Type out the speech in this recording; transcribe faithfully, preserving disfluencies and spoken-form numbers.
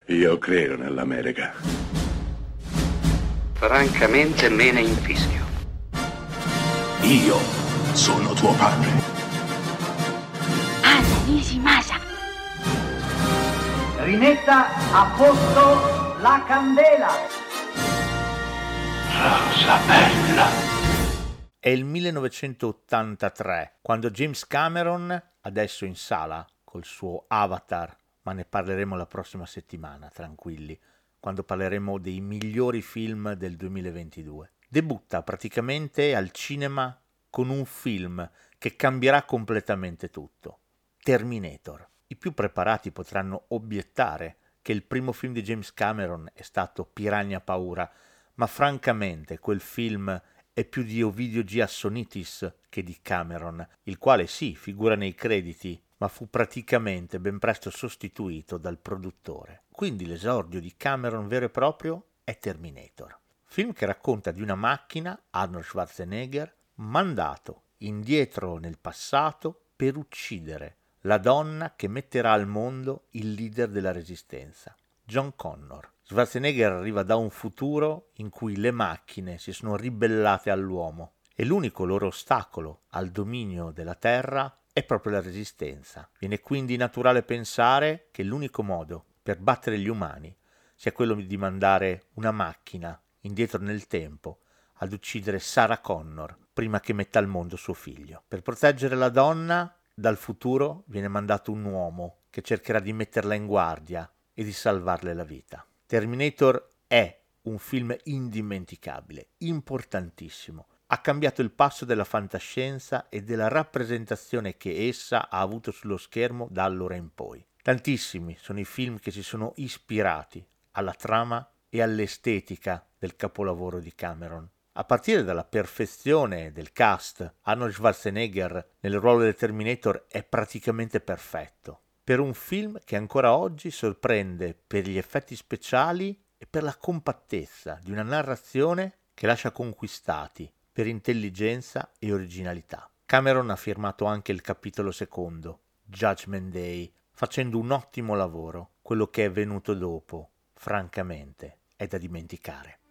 Io credo nell'America. Francamente me ne infischio. Io sono tuo padre. Anna Nishimasa. Rimetta a posto la candela. Rosa bella. È il millenovecentottantatré, quando James Cameron, adesso in sala col suo Avatar, ma ne parleremo la prossima settimana, tranquilli, quando parleremo dei migliori film del duemilaventidue, debutta praticamente al cinema con un film che cambierà completamente tutto, Terminator. I più preparati potranno obiettare che il primo film di James Cameron è stato Piranha Paura, ma francamente quel film è più di Ovidio G. Assonitis che di Cameron, il quale sì, figura nei crediti, ma fu praticamente ben presto sostituito dal produttore. Quindi l'esordio di Cameron vero e proprio è Terminator. Film che racconta di una macchina, Arnold Schwarzenegger, mandato indietro nel passato per uccidere la donna che metterà al mondo il leader della resistenza, John Connor. Schwarzenegger arriva da un futuro in cui le macchine si sono ribellate all'uomo e l'unico loro ostacolo al dominio della Terra è proprio la resistenza. Viene quindi naturale pensare che l'unico modo per battere gli umani sia quello di mandare una macchina indietro nel tempo ad uccidere Sarah Connor prima che metta al mondo suo figlio. Per proteggere la donna dal futuro viene mandato un uomo che cercherà di metterla in guardia e di salvarle la vita. Terminator è un film indimenticabile, importantissimo. Ha cambiato il passo della fantascienza e della rappresentazione che essa ha avuto sullo schermo da allora in poi. Tantissimi sono i film che si sono ispirati alla trama e all'estetica del capolavoro di Cameron. A partire dalla perfezione del cast, Arnold Schwarzenegger nel ruolo del Terminator è praticamente perfetto. Per un film che ancora oggi sorprende per gli effetti speciali e per la compattezza di una narrazione che lascia conquistati per intelligenza e originalità. Cameron ha firmato anche il capitolo secondo, Judgment Day, facendo un ottimo lavoro. Quello che è venuto dopo, francamente, è da dimenticare.